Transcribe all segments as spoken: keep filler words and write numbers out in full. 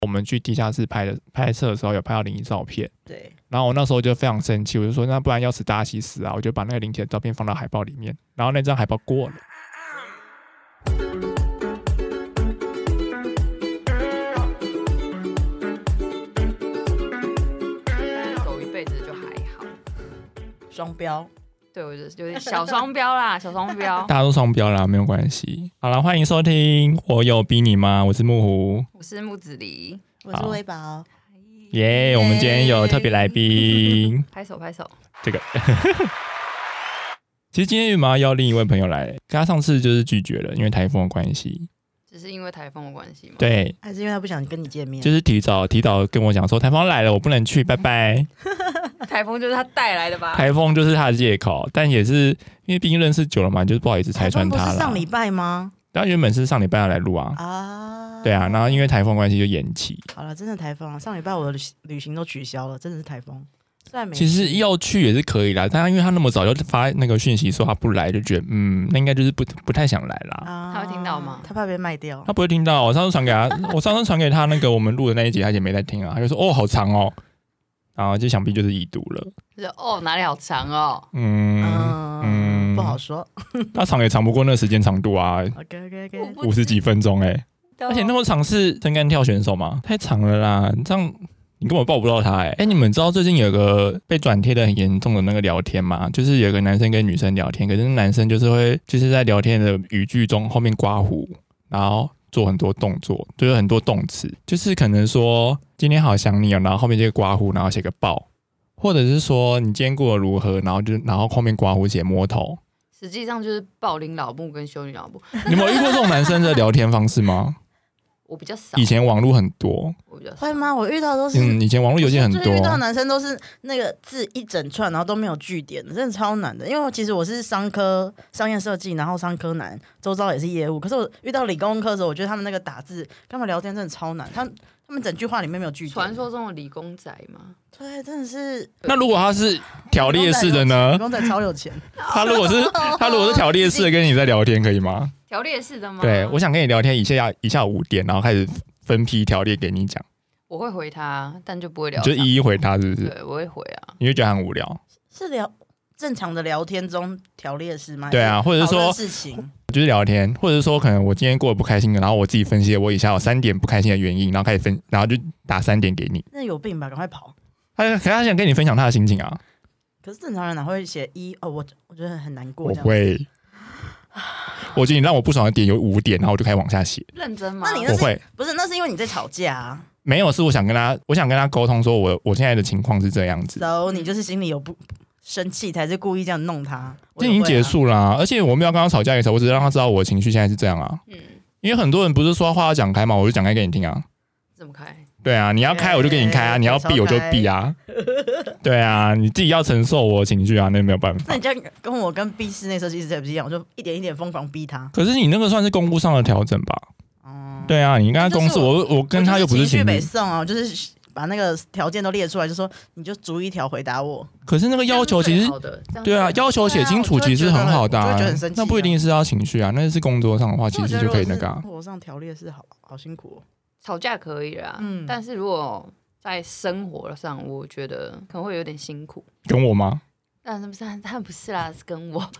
我们去地下室拍的拍摄的时候有拍到灵异照片， 对， 然后我那时候就非常生气，我就说那不然要死大家一起死啊！我就把那个灵体的照片放到海报里面，然后那张海报过了。 走一辈子就还好， 双标。 对，我就是有点小双标啦，小双标。 大家都双标啦，没有关系。好了，欢迎收听《我有逼你吗》，我是木狐， 我是木子梨， 我是微宝。 耶、yeah, 我们今天有特别来宾， 拍手拍手。 这个，其实今天原本要邀另一位朋友来，可他上次就是拒绝了，因为台风的关系。 只是因为台风的关系吗？ 对， 还是因为他不想跟你见面？ 就是提早提早跟我讲说台风来了，我不能去，拜拜。 台风就是他带来的吧？ 台风就是他的借口，但也是因为毕竟认识久了嘛，就是不好意思拆穿他了。 台风不是上礼拜吗？ 他原本是上礼拜要来录啊。 啊， 对啊，然后因为台风关系就延期。 好了，真的台风啊！上礼拜我的旅行都取消了，真的是台风。虽然没其实要去也是可以啦，但因为他那么早就发那个讯息说他不来，就觉得嗯，那应该就是不不太想来啦。 啊、他会听到吗？ 他怕被卖掉。 他不会听到。我上次传给他，我上次传给他那个我们录的那一集，他也没在听啊。他就说哦，好长哦。然后就想必就是已读了。 就是哦，哪里好长哦？ 嗯嗯嗯，不好说。 他长也长不过那个时间长度啊。 OK OK OK， 五十几分钟哎、欸，而且那么长是撑杆跳选手吗？太长了啦，这样你根本抱不到他哎、欸。哎、欸，你们知道最近有个被转贴的很严重的那个聊天吗？就是有个男生跟女生聊天，可是男生就是会就是在聊天的语句中后面刮胡，然后做很多动作，就是很多动词，就是可能说今天好想你哦，然后后面就刮胡，然后写个抱，或者是说你今天过得如何，然后就然后后面刮胡写摸头。 实际上就是抱领老木跟修女老木。 你有没有遇过这种男生的聊天方式吗？ 我比较少。 以前网络很多。 我比较少。 会吗？我遇到都是嗯，以前网络游戏很多。 最近遇到的男生都是那个字一整串，然后都没有句点的，真的超难的。因为其实我是商科商业设计，然后商科男，周遭也是业务。可是我遇到理工科的时候，我觉得他们那个打字跟他们聊天真的超难。他们他们整句话里面没有句点。 传说中的理工仔吗？ 对，真的是。 那如果他是条列式的呢？ 理工仔超有钱。 他如果是他如果是条列式的跟你在聊天，可以吗？ 条列式的吗？ 对，我想跟你聊天，以下以下五点，然后开始分批条列给你讲。 我会回他，但就不会聊。 就一一回他，是不是？ 对，我会回啊。 你会觉得很无聊？ 是聊正常的聊天中条列式吗？ 对啊，或者是说事情就是聊天，或者是说可能我今天过得不开心的，然后我自己分析我以下有三点不开心的原因，然后开始分，然后就打三点给你。 那有病吧？赶快跑！ 他可他想跟你分享他的心情啊。 可是正常人哪会写一哦？我我觉得很难过。 我会。我觉得你让我不爽的点有五点，然后我就开始往下写。 认真吗？ 那你那是我会不是？那是因为你在吵架啊。 没有，是我想跟他，我想跟他沟通，说我我现在的情况是这样子。 So 你就是心里有不生气，才是故意这样弄他。 这已经结束了、啊，而且我没有跟他吵架的时候，我只是让他知道我的情绪现在是这样啊。嗯，因为很多人不是说话要讲开嘛，我就讲开给你听啊。 怎么开？ 对啊，你要开我就给你开啊，你要避我就避啊。对啊，你自己要承受我的情绪啊，那没有办法。 那你这样跟我跟 B 室内设计师也不是一样，我就一点一点疯狂逼他。 可是你那个算是公务上的调整吧？嗯，对啊，你跟他公事，我我跟他又不是情绪北宋啊，就是把那个条件都列出来，就说你就逐一条回答我。 可是那个要求其实对啊，要求写清楚其实很好的、啊，那不一定是要情绪啊，那是工作上的话，其实就可以那个、啊。 生活上条列是好好辛苦、哦。 吵架可以啦，嗯，但是如果在生活上，我觉得可能会有点辛苦。 跟我吗？ 但是不是，但不是啦，是跟我。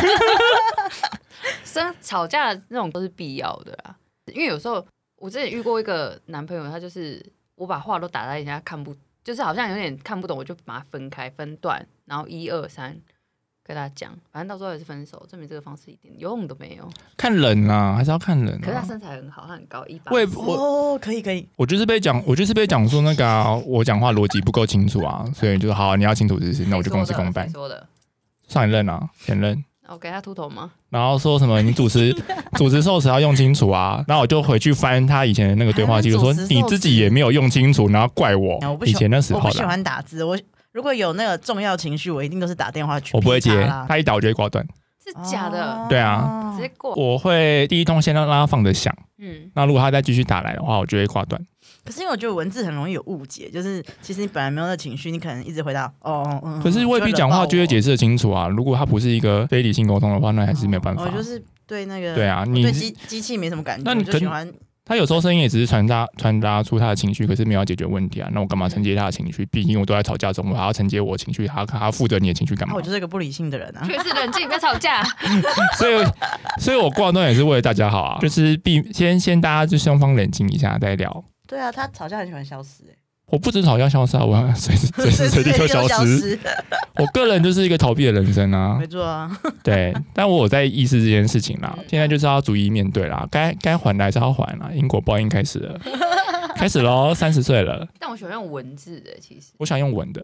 生吵架那种都是必要的啦，因为有时候我之前遇过一个男朋友，他就是我把话都打在人家看不，就是好像有点看不懂，我就把它分开分段，然后一二三跟他讲，反正到最后也是分手，证明这个方式一点用都没有。 看人啊，还是要看人、啊。 可是他身材很好，他很高，一百。 我哦，可以可以。 我就是被讲，我就是被讲说那个、啊、我讲话逻辑不够清楚啊，所以就说好、啊，你要清楚这事，那我就公事公办。 说的。 上一任啊，前任。 我给他秃头吗？ 然后说什么你主持主持受词要用清楚啊，然后我就回去翻他以前的那个对话记录，说你自己也没有用清楚，然后怪我。以前那时候我不喜欢打字，我如果有那个重要情绪，我一定都是打电话去。 我不会接，他一打我就会挂断。 是假的？ 哦、 对啊， 直接挂。 我会第一通先让他放着响，嗯，那如果他再继续打来的话，我就会挂断。 可是因为我觉得文字很容易有误解，就是其实你本来没有那情绪，你可能一直回答哦嗯。 可是未必讲话就会解释的清楚啊。如果他不是一个非理性沟通的话，那还是没有办法。 我、哦、就是对那个对啊，你对机机器没什么感觉，那你就喜欢他有时候声音也只是传达传达出他的情绪，可是没有要解决问题啊。那我干嘛承接他的情绪？毕竟我都在吵架中，我还要承接我的情绪，他他负责你的情绪干嘛？ 我就是一个不理性的人啊。 确实冷静，不要吵架。 所以，所以我挂断也是为了大家好啊，就是避先先大家就双方冷静一下再聊。 对啊，他吵架很喜欢消失、欸。 我不止吵架消失啊，我随时随时随地都消失。我个人就是一个逃避的人生啊， 没错啊。 对，但我有在意识这件事情啦，现在就是要逐一面对啦，该该还的还是要还啦，因果报应开始了，开始喽，三十岁了。 但我喜欢用文字的，其实我想用文的。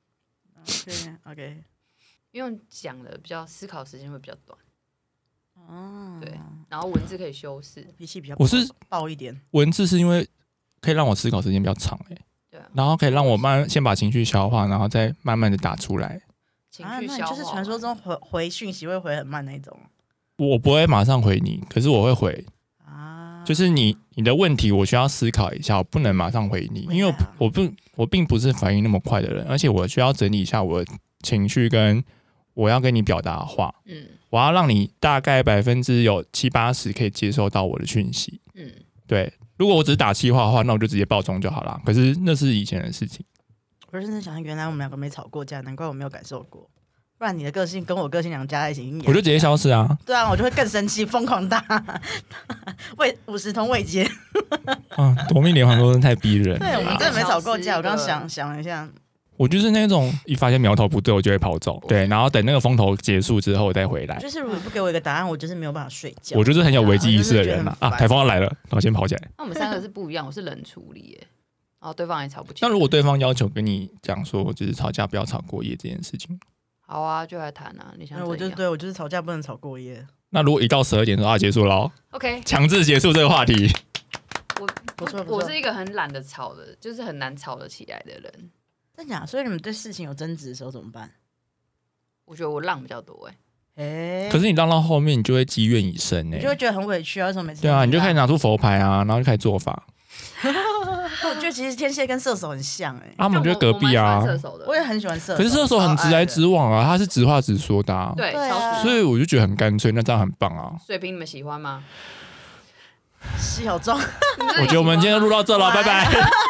OK OK， 用讲的比较思考时间会比较短。 哦， 对，然后文字可以修饰， 脾气比较我是暴一点。 文字是因为可以让我思考时间比较长哎、欸。 对啊， 然后可以让我慢先把情绪消化，然后再慢慢的打出来。 情绪消化、 啊、就是传说中回回讯息会回很慢那一种。 我不会马上回你，可是我会回啊， 就是你你的问题，我需要思考一下，我不能马上回你，因为我我不我并不是反应那么快的人，而且我需要整理一下我的情绪跟我要跟你表达的话。嗯，我要让你大概百分之有七八十可以接收到我的讯息。嗯，对。如果我只是打气话的话，那我就直接爆中就好了。可是那是以前的事情。 我认真想，原来我们两个没吵过架，难怪我没有感受过。不然你的个性跟我个性两加在一起， 我就直接消失啊！ 对啊，我就会更生气，疯狂打，未五十通未接。 啊，夺命连环扣真的太逼人。 对，我们真的没吵过架。我刚刚想想了一下， 我就是那种一发现苗头不对，我就会跑走。对，然后等那个风头结束之后，我再回来。 就是如果不给我一个答案，我就是没有办法睡觉。 我就是很有危机意识的人啦。啊，台风要来了，我先跑起来。 那我们三个是不一样，我是冷处理耶，然后对方也吵不起。 那如果对方要求跟你讲说，就是吵架不要吵过夜这件事情， 好啊，就来谈啊。你想怎样？ 我就对我就是吵架不能吵过夜。 那如果一到十二点说啊结束了 ，OK， 强制结束这个话题。 我不错，我是一个很懒得吵的，就是很难吵得起来的人。 真假？所以你们对事情有争执的时候怎么办？ 我觉得我浪比较多哎、 欸。哎， 可是你浪到后面，你就会积怨已深哎、欸， 你就会觉得很委屈啊！为什么每次？ 对啊，你就开始拿出佛牌啊，然后就开始做法。 我觉得其实天蝎跟射手很像哎、欸， 他们就隔壁啊。 我, 我也很喜欢射手， 可是射手很直来直往啊，他是直话直说的啊。 对， 啊、 所以我就觉得很干脆，那这样很棒啊。 水瓶你们喜欢吗？ 小众。 我觉得我们今天就录到这了，拜拜。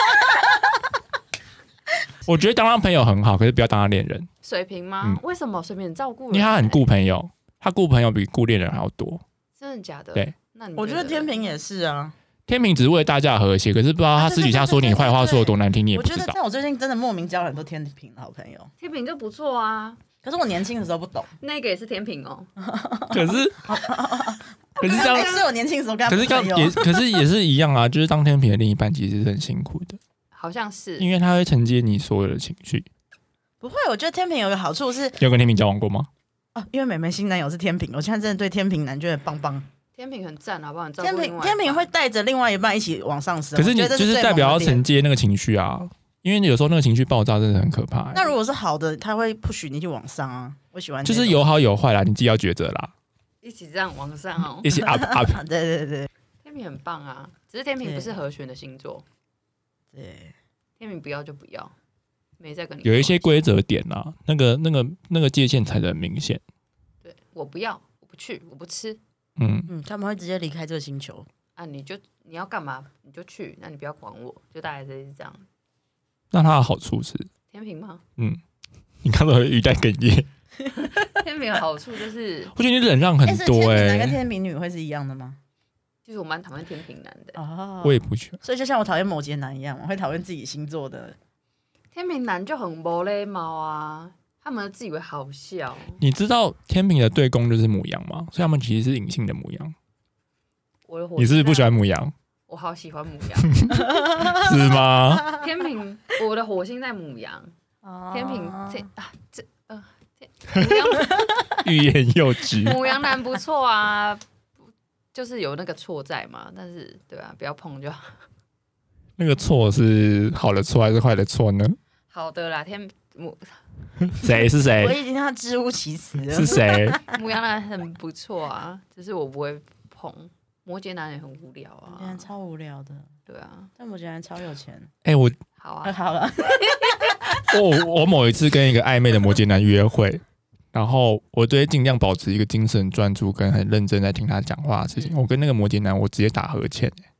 我觉得当他朋友很好，可是不要当他恋人。 水瓶吗？嗯、为什么水瓶很照顾人、欸？ 因为他很顾朋友，他顾朋友比顾恋人还要多。 真的假的？ 对， 那你我觉得天秤也是啊。 天秤只是为了大家和谐，可是不知道他私底下说你坏话说的多难听，你也不知道。 我觉得，但我最近真的莫名交了很多天秤的好朋友。 天秤就不错啊， 可是我年轻的时候不懂。 那个也是天秤哦。 可是，可是这样， 是我年轻的时候跟他可是这样也，可是也是一样啊，就是当天秤的另一半其实是很辛苦的。 好像是， 因为他会承接你所有的情绪。 不会，我觉得天秤有个好处是， 你有跟天秤交往过吗？ 哦，因为妹妹新男友是天秤，我现在真的对天秤男觉得棒棒。 天秤很赞，好不好？ 天秤天秤会带着另外一半一起往上升。 可是你就是代表要承接那个情绪啊，因为有时候那个情绪爆炸真的很可怕、欸。 那如果是好的，他会 push 你去往上啊。我喜欢就是有好有坏啦，你自己要抉择啦。 一起这样往上哦， 一起 up up。 对对对， 天秤很棒啊，只是天秤不是和弦的星座。 对， 天秤不要就不要，没再跟你。 有一些规则点啦，那个那个那个界限才很明显。 对，我不要，我不去，我不吃。 嗯嗯，他们会直接离开这个星球啊！你就你要干嘛你就去，那你不要管我，就大概是这样。 那它的好处是天秤吗？ 嗯，你看到语带哽咽。 天秤的好处就是， 我觉得你忍让很多哎、欸。 男跟天秤女会是一样的吗？ 就是我蛮讨厌天秤男的哦， 我也不喜欢。 所以就像我讨厌摩羯男一样，我会讨厌自己星座的天秤男就很无礼貌啊。他们自以为好笑。 你知道天秤的对宫就是牡羊吗？所以他们其实是隐性的牡羊。 我的火你是不是不喜欢牡羊？ 我好喜欢牡羊。 是吗？ 天秤，我的火星在牡羊。 哦、 天秤这啊这呃，牡羊欲言又止。 牡羊男不错啊，就是有那个错在嘛，但是对啊，不要碰就好。 那个错是好的错还是坏的错呢？ 好的啦，天牡。 谁是谁？ 我已经让他支吾其词了。 是谁？ 牡羊男很不错啊，只是我不会碰。摩羯男也很无聊啊， 摩羯男超无聊的。 对啊， 但摩羯男超有钱。 哎、欸，我好啊， 好了。 我我某一次跟一个暧昧的摩羯男约会，然后我都会尽量保持一个精神专注跟很认真在听他讲话的事情。我跟那个摩羯男，我直接打呵欠、欸。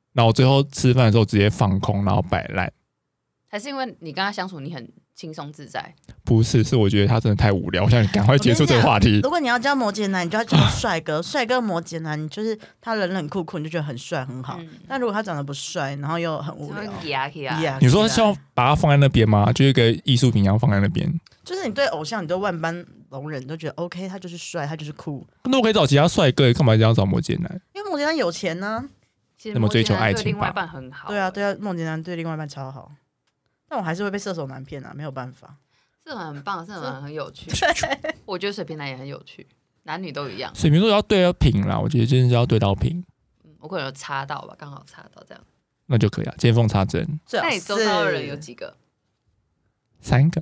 然后最后吃饭的时候直接放空，然后摆烂。 还是因为你跟他相处你很轻松自在？ 不是，是我觉得他真的太无聊，我想赶快结束这个话题。 如果你要教摩羯男，你就要教帅哥，帅哥摩羯男，你就是他冷冷酷酷，你就觉得很帅很好。嗯、但如果他长得不帅，然后又很无聊， 你说是要把他放在那边吗？就一个艺术品一样放在那边？ 就是你对偶像，你都万般容忍，你都觉得 OK， 他就是帅，他就是酷。 那我可以找其他帅哥，干嘛一定要找摩羯男？ 因为摩羯男有钱呢、啊， 那么追求爱情吧。 对另外一半很好。 对啊，对啊，摩羯男对另外一半超好。但我还是会被射手男骗啊，没有办法。 射手男很棒，射手男很有趣。我觉得水瓶男也很有趣，男女都一样。 水瓶座要对到平啦，我觉得真的是要对到平。 嗯，我可能有插到吧，刚好插到这样。 那就可以啊，见缝插针。 那你周遭的人有几个？ 三个。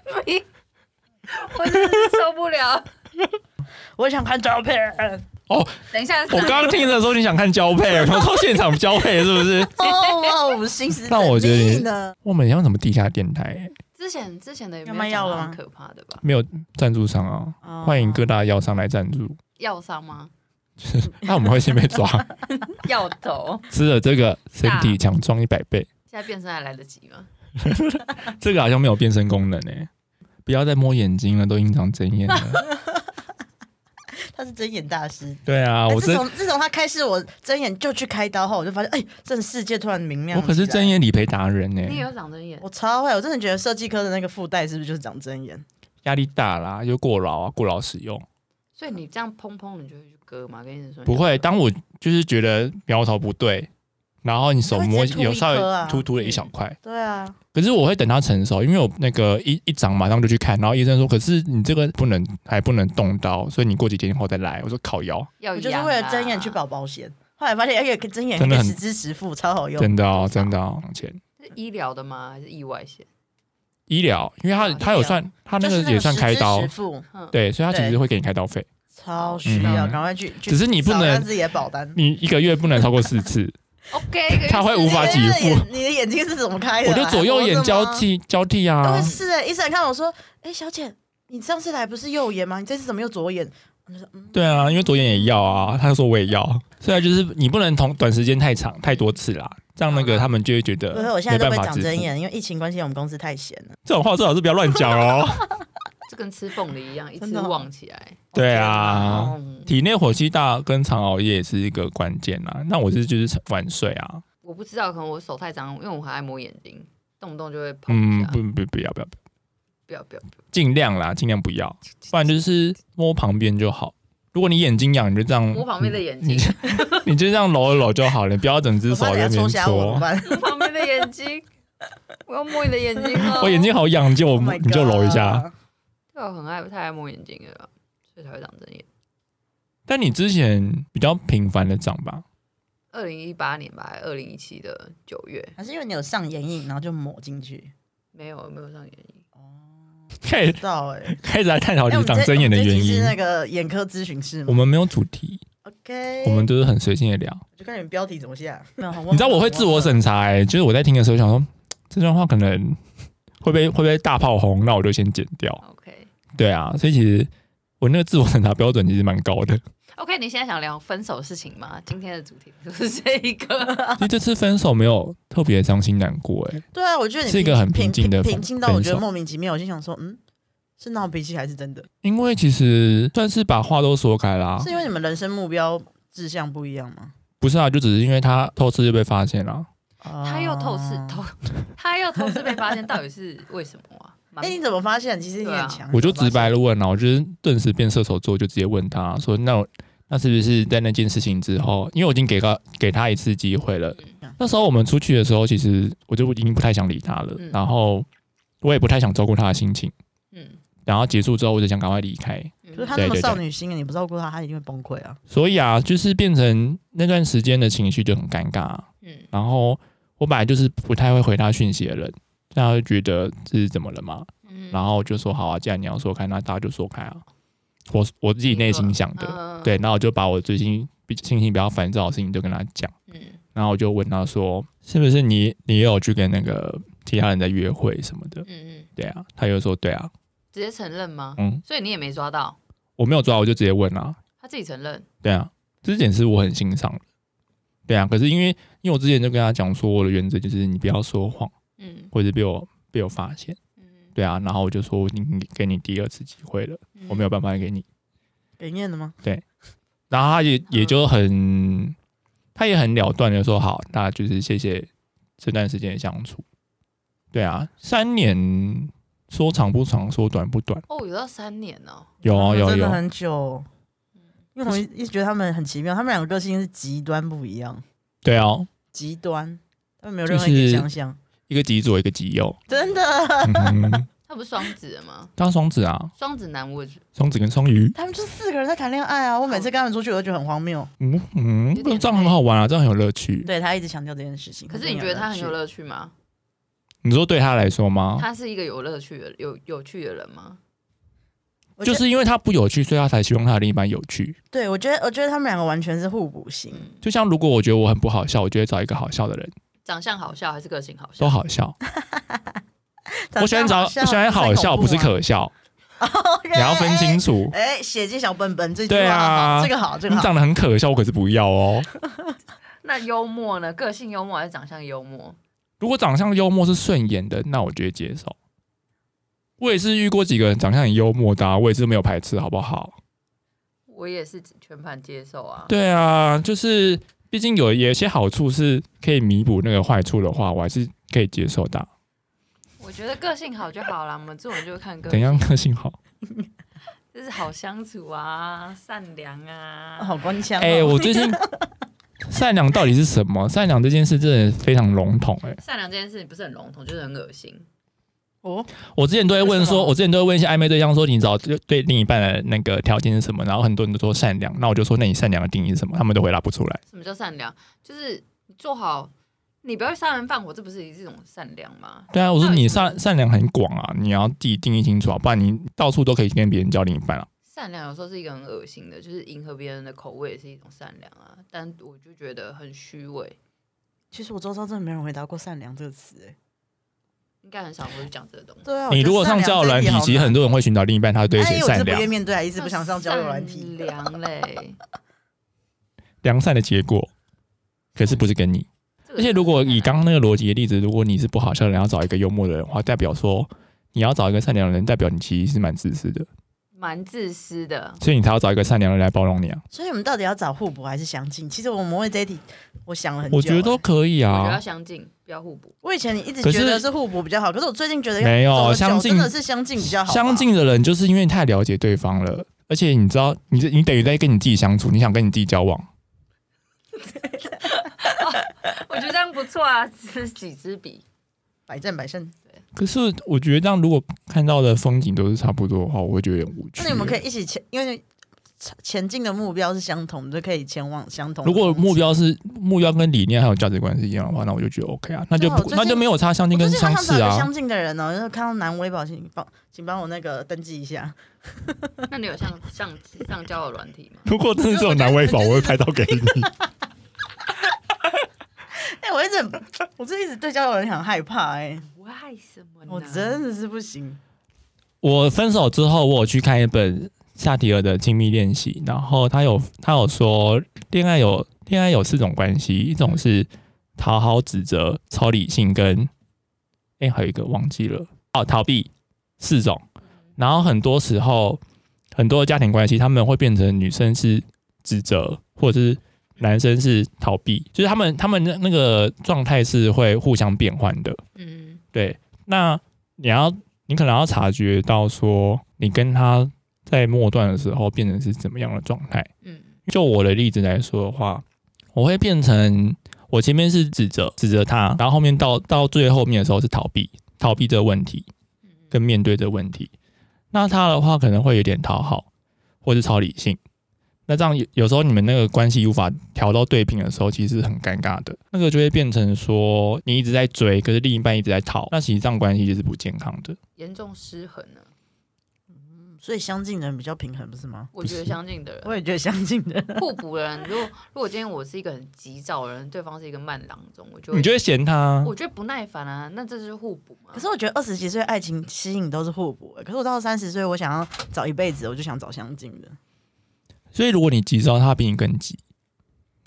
我真的受不了。 我想看照片。 哦， 等一下， 我刚刚听的时候你想看交配，我说现场交配是不是？ 哦哇，我们心思那我觉得我们像什么地下电台、欸？ 之前之前的有没有讲很可怕的吧？ 没有赞助商啊，哦、欢迎各大药商来赞助。 药商吗？ 那我们会先被抓。 药头吃了这个身体强壮一百倍。 现在变身还来得及吗？ 这个好像没有变身功能诶、欸，不要再摸眼睛了，都隐藏睁眼了。 他是睁眼大师。 对啊，我自从自从他开始我睁眼就去开刀后，我就发现，哎、欸，这个世界突然明亮。 我可是睁眼理赔达人呢、欸。 你也有长睁眼？ 我超会，我真的觉得设计科的那个附带是不是就是长睁眼？ 压力大啦，又过劳啊，过劳使用。 所以你这样砰砰，你就会去割吗？跟医生说不会。当我就是觉得苗头不对，然后你手摸有稍微突突了一小块、啊， 对啊。 可是我会等它成熟，因为我那个一一长马上就去看，然后医生说，可是你这个不能还不能动刀，所以你过几天后再来。我说靠腰， 我就是为了睁眼去保保险，后来发现而且睁眼可以实支实付，超好用。 真的哦，真的哦，钱。 是医疗的吗？还是意外险？ 医疗，因为他他有算，他那个也算开刀，对，所以他其实会给你开刀费。 超需要，赶、嗯、快去。 只是你不能自己的保单， 你一个月不能超过四次。 OK， 他会无法给付。 你的眼睛是怎么开的？ 我就左右眼交替交替啊。 对，是哎，医生看我说，哎、欸，小姐，你上次来不是右眼吗？你这次怎么又左眼？我就说，嗯， 对啊，因为左眼也要啊。他说我也要，所以就是你不能同短时间太长太多次啦，这样那个他们就会觉得。 不是，我现在都会长针眼，因为疫情关系，我们公司太闲了。 这种话最好是不要乱讲哦。 这跟吃凤梨一样，一次旺起来。 对啊，嗯、体内火气大跟常熬夜也是一个关键啊。那我是就是晚睡啊。 我不知道，可能我手太脏，因为我还爱摸眼睛，动不动就会碰一下。 嗯，不不不要不要不要不要， 尽量啦，尽量不要，不然就是摸旁边就好。如果你眼睛痒，你就这样摸旁边的眼睛， 你, 你就这样揉一揉就好了，你不要整只手在那边搓。 摸旁边的眼睛，我要摸你的眼睛了。 我眼睛好痒，就、oh、你就揉一下。 对，我很爱太爱摸眼睛了，所以才会长针眼。 但你之前比较频繁的长吧？ 二零一八年吧，还二零一七的九月， 还是因为你有上眼影，然后就抹进去？ 没有，没有上眼影。哦， 开始知道哎、欸， 开始来探讨你长针眼的原因。 是那个眼科咨询室吗？ 我们没有主题 ，OK， 我们都是很随性的聊。 就看你们标题怎么下。你知道我会自我审查哎、欸，就是我在听的时候想说这段话可能会被会被大炮轰，那我就先剪掉。 OK， 对啊，所以其实我那个自我审查标准其实蛮高的。 OK， 你现在想聊分手的事情吗？今天的主题就是这一个。 其实这次分手没有特别伤心难过、欸，哎， 对啊，我觉得你是一个很平静的平静到我觉得莫名其妙，我就想说，嗯，是闹脾气还是真的？ 因为其实算是把话都说开啦、啊。 是因为你们人生目标志向不一样吗？ 不是啊，就只是因为他偷吃就被发现了。 他又偷吃偷，他又偷吃被发现，到底是为什么啊？ 哎、欸，你怎么发现？其实你很强、啊。 我就直白的问了，我就是顿时变射手座，就直接问他说：“那我那是不是在那件事情之后，因为我已经给他给他一次机会了、嗯？那时候我们出去的时候，其实我就已经不太想理他了，嗯、然后我也不太想照顾他的心情。嗯，然后结束之后，我就想赶快离开。 可是他那么少女心，你不照顾他，他一定会崩溃啊。 所以啊，就是变成那段时间的情绪就很尴尬、啊。嗯，然后我本来就是不太会回他讯息的人。”他会觉得这是怎么了嘛、嗯？然后我就说好啊，既然你要说开，那大家就说开啊。我我自己内心想的，嗯、对，然后我就把我最近心情比较烦躁的事情都跟他讲、嗯。然后我就问他说，是不是你你也有去跟那个其他人在约会什么的？嗯嗯，对啊，他就说对啊， 直接承认吗？嗯，所以你也没抓到？ 我没有抓，我就直接问啊。 他自己承认？ 对啊，这点是我很欣赏的。 对啊，可是因为因为我之前就跟他讲说，我的原则就是你不要说谎，嗯，或者被我被我发现，嗯，对啊，然后我就说你给你第二次机会了，嗯、我没有办法给你， 给念了吗？ 对，然后他也也就很，他也很了断的说好，那就是谢谢这段时间的相处，对啊，三年说长不长，说短不短， 哦，有到三年哦， 有啊有有， 真的很久。因为我一直觉得他们很奇妙，他们两个个性是极端不一样。 对啊， 极端，他们没有任何一点相像， 一个极左，一个极右， 真的。 嗯、 他不是双子的吗？ 当双子啊， 双子男我双子跟双鱼， 他们就四个人在谈恋爱啊！我每次跟他们出去，我都觉得很荒谬。 嗯嗯，这样很好玩啊，这样很有乐趣。 对他一直强调这件事情。 可是你觉得他很有乐趣吗？ 你说对他来说吗？ 他是一个有乐趣的、有有趣的人吗？ 就是因为他不有趣，所以他才希望他的另一半有趣。 对，我觉得，我觉得他们两个完全是互补型。嗯、 就像如果我觉得我很不好笑，我就会找一个好笑的人， 长相好笑还是个性好笑？ 都好笑。我喜欢找，我喜欢好笑，不是可笑。 Okay, 你要分清楚。 哎、欸，写进小本本，这句对啊， 这个好，这个好。 你长得很可笑，我可是不要哦。 那幽默呢？个性幽默还是长相幽默？ 如果长相幽默是顺眼的，那我就会接受。我也是遇过几个人长相很幽默的、啊，我也是没有排斥，好不好？ 我也是全盘接受啊。 对啊，就是毕竟有有些好处是可以弥补那个坏处的话，我还是可以接受的。 我觉得个性好就好了，我们做人就看个性。 怎样个性好？ 就是好相处啊，善良啊， 好官腔、哦。 哎、欸，我最近善良到底是什么？善良这件事真的非常笼统哎、欸。 善良这件事不是很笼统，就是很恶心。 哦， 我之前都会问说，我之前都会问一些暧昧对象说，你找对另一半的那个条件是什么？然后很多人都说善良，那我就说，那你善良的定义是什么？他们都回答不出来。 什么叫善良？就是你做好，你不要杀人放火，这不是一种善良吗？ 对啊，我说你善善良很广啊，你要自己定义清楚啊，不然你到处都可以跟别人交另一半啊。 善良有时候是一个很恶心的，就是迎合别人的口味也是一种善良啊，但我就觉得很虚伪。 其实我周遭真的没人回答过善良这个词、欸， 应该很少会讲这个东西。 对啊， 你如果上交友软体，其实很多人会寻找另一半，他对写善良。 哎，我是不愿面对啊，一直不想上交友软体。 善良嘞， 良善的结果，可是不是跟你。而且如果以刚刚那个逻辑的例子，如果你是不好笑的人，要找一个幽默的人的话，代表说你要找一个善良的人，代表你其实是蛮自私的。 蛮自私的， 所以你才要找一个善良的人来包容你啊。 所以我们到底要找互补还是相近？其实我们为这一题，我想了很久、欸。 我觉得都可以啊。 我觉得要相近，不要互补。 我以前你一直觉得是互补比较好，可是我最近觉得没有相近， 真的是相近比较好。 相近的人就是因为太了解对方了，而且你知道，你你等于在跟你自己相处，你想跟你自己交往。 我觉得这样不错啊，知己知彼， 百战百胜。 可是我觉得这样，如果看到的风景都是差不多的话，我会觉得有点无趣。 那你们可以一起前，因为前进的目标是相同，就可以前往相同的。 如果目标是目标跟理念还有价值观是一样的话，那我就觉得 OK 啊，那就不那就没有差相近跟相似啊。 相近的人哦，就是看到男微保，请帮请帮我那个登记一下。 那你有上上上交友软体吗？ 如果真的是有男微保，我会拍照给你。 哎、欸，我一直，我这一直对交友人很害怕哎、欸。 为什么呢？ 我真的是不行。 我分手之后，我有去看一本萨提尔的亲密练习，然后他有他有说，恋爱有恋爱有四种关系，一种是讨好、指责、超理性跟，哎、欸，还有一个忘记了哦，逃避，四种。然后很多时候，很多的家庭关系，他们会变成女生是指责，或者是男生是逃避，就是他们他们那个状态是会互相变换的。嗯，对。那你要你可能要察觉到说，你跟他在末段的时候变成是怎么样的状态。嗯，就我的例子来说的话，我会变成我前面是指责指责他，然后后面到到最后面的时候是逃避逃避这个问题，跟面对这个问题。那他的话可能会有点讨好，或是超理性。那这样有时候你们那个关系无法调到对平的时候，其实是很尴尬的。那个就会变成说，你一直在追，可是另一半一直在逃，那其实这样关系就是不健康的， 严重失衡了。 嗯，所以相近的人比较平衡，不是吗？ 我觉得相近的人， 我也觉得相近的人互补的人。如果如果今天我是一个很急躁的人，对方是一个慢郎中，我就你就会嫌他， 我觉得不耐烦啊，那这就是互补嘛。 可是我觉得二十几岁爱情吸引都是互补、欸，可是我到三十岁，我想要找一辈子，我就想找相近的。 所以如果你急躁，他比你更急，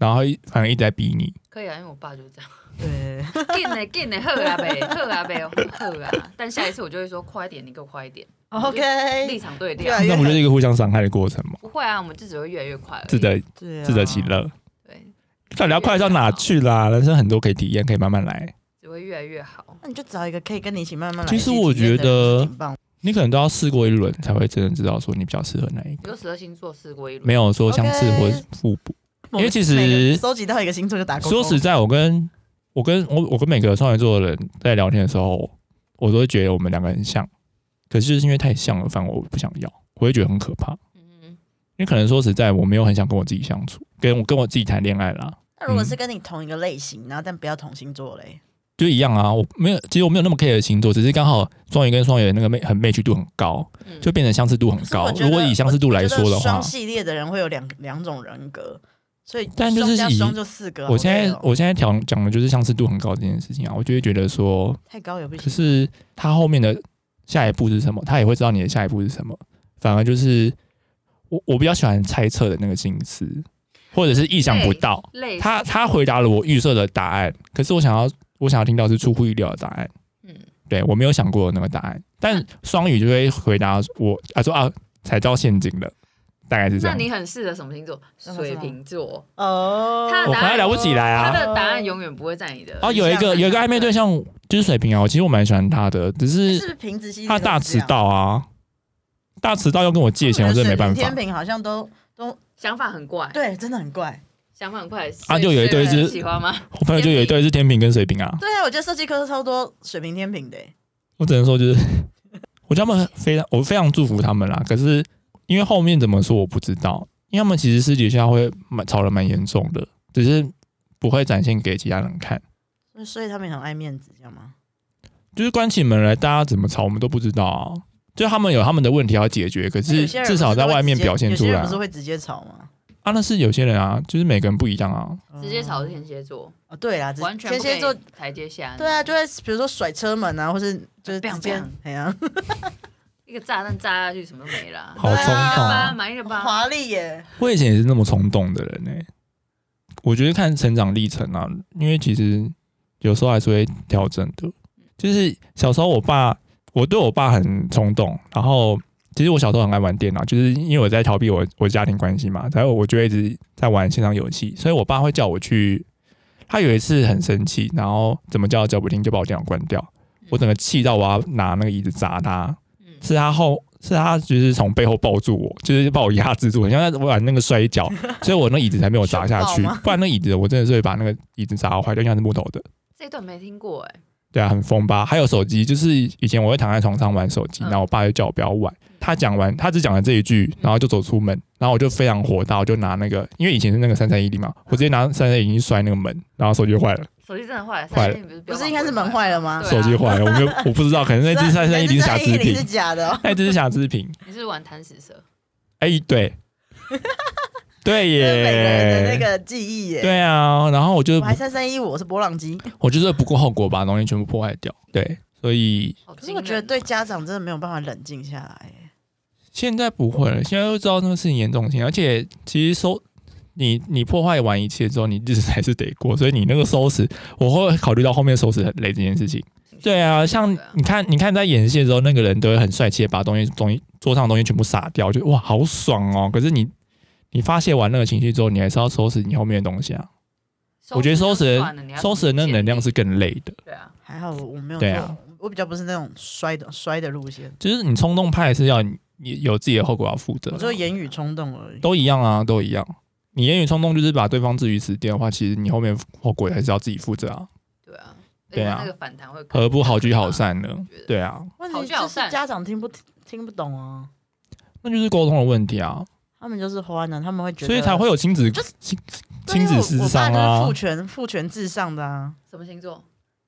然后反而一直在逼你。 可以啊，因为我爸就是这样。 对， 紧嘞紧嘞，好啊呗，好啊呗，好啊。但下一次我就会说快一点，你给我快一点。 OK， 立场对调。 那不就是一个互相伤害的过程吗？ 不会啊，我们就只会越来越快而已。 自得自得其乐。对，到底要快到哪去啦？人生很多可以体验，可以慢慢来。 只会越来越好。 那你就找一个可以跟你一起慢慢来。 其实我觉得你可能都要试过一轮，才会真的知道说你比较适合哪一个。 有十二星座试过一轮， 没有说相似或互补。因为其实收集到一个星座就打勾勾。 说实在，我跟我跟我我跟每个双鱼座的人在聊天的时候，我都会觉得我们两个很像，可是就是因为太像了，反而我不想要，我会觉得很可怕。嗯，因为可能说实在，我没有很想跟我自己相处，跟我跟我自己谈恋爱啦。 那如果是跟你同一个类型，然后但不要同星座嘞？ 就一样啊，我没有，其实我没有那么 care 的星座，只是刚好双鱼跟双鱼的那个很 match 度很高，就变成相似度很高。如果以相似度来说的话， 双系列的人会有两两种人格。所以但就是以双就四个， 我现在我现在讲讲的就是相似度很高这件事情啊，我就会觉得说太高也不行。 可是他后面的下一步是什么，他也会知道你的下一步是什么。反而就是我我比较喜欢猜测的那个心思，或者是意想不到。他他回答了我预设的答案，可是我想要我想要听到是出乎意料的答案。嗯，对我没有想过的那个答案，但双语就会回答我啊说啊踩到陷阱了。大概是这样。 那你很适合什么星座？水瓶座哦。 我反而了不起来啊！ 他的答案永远不会在你的。 哦，有一个有一个暧昧对象就是水瓶啊，其实我蛮喜欢他的，只是他大迟到啊，大迟到要跟我借钱，我真的没办法。 天秤好像都都想法很怪， 对，真的很怪， 想法很怪。 啊，就有一对是喜欢吗？ 我朋友就有一对是天秤跟水瓶啊。 对啊，我觉得设计科超多水瓶天秤的。 我只能说就是，我觉得他们非常，我非常祝福他们啦。可是。因为后面怎么说我不知道，因为他们其实私底下会蛮吵得蛮严重的，只是不会展现给其他人看。 所以他们很爱面子，这样吗？ 就是关起门来，大家怎么吵我们都不知道啊。就他们有他们的问题要解决，可是至少在外面表现出来。有些人不是会直接吵吗？ 啊，那是有些人啊，就是每个人不一样啊。 直接吵是天蝎座哦，对啊， 完全天蝎座台阶下。 对啊，就会比如说甩车门啊，或是就是直接哎呀。 一个炸弹炸下去，什么都没了。 好冲动啊！ 满意了吧？ 华丽耶！ 我以前也是那么冲动的人呢、欸。我觉得看成长历程啊，因为其实有时候还是会调整的。就是小时候我爸，我对我爸很冲动，然后其实我小时候很爱玩电脑，就是因为我在逃避我我家庭关系嘛，然后我就一直在玩线上游戏，所以我爸会叫我去。他有一次很生气，然后怎么叫都叫不听，就把我电脑关掉。我整个气到我要拿那个椅子砸他。是他后，是他就是从背后抱住我，就是把我压制住，很像在玩那个摔跤，所以我那椅子才没有砸下去。不然那椅子我真的是会把那个椅子砸坏掉，像是木头的。 这段没听过哎、欸。 对啊，很疯吧？还有手机，就是以前我会躺在床上玩手机，然后我爸就叫我不要玩。他讲完，他只讲了这一句，然后就走出门，然后我就非常火大，我就拿那个，因为以前是那个三三一零嘛，我直接拿三三一零摔那个门，然后手机坏了。 手机真的坏了， 坏了， 不是应该是门坏了吗？ 手机坏了，我没有，我不知道，可能那只三三一零是瑕疵品， 是假的、哦， 那只是瑕疵品。 你是玩贪食蛇？ 哎、欸，对，对耶， 每个人的那个记忆耶。 对啊，然后我就我还三三一，我是波浪机， 我就是不顾后果把东西全部破坏掉。对，所以可是我觉得对家长真的没有办法冷静下来耶。 现在不会了，现在都知道那个事情严重性，而且其实收。你你破坏完一切之后，你日子还是得过，所以你那个收拾，我会考虑到后面收拾很累这件事情。对啊，像你看，你看在演戏的时候，那个人都会很帅气的把东西、东西桌上的东西全部撒掉，就哇好爽哦。可是你你发泄完那个情绪之后，你还是要收拾你后面的东西啊。我觉得收拾收拾的那个能量是更累的。 对啊， 还好我没有做，啊、我比较不是那种摔的摔的路线。 就是你冲动派是要你有自己的后果要负责。 我就言语冲动而已。 都一样啊，都一样。你言语冲动就是把对方置于死地的话，其实你后面后果还是要自己负责啊。 对啊， 对啊， 那个反弹会何不好聚好散呢？对啊， 问题就是家长听不听不懂啊， 那就是沟通的问题啊。 他们就是欢呢、啊，他们会觉得， 所以才会有亲子就是亲子私商啊， 父权父权至上的啊。 什么星座？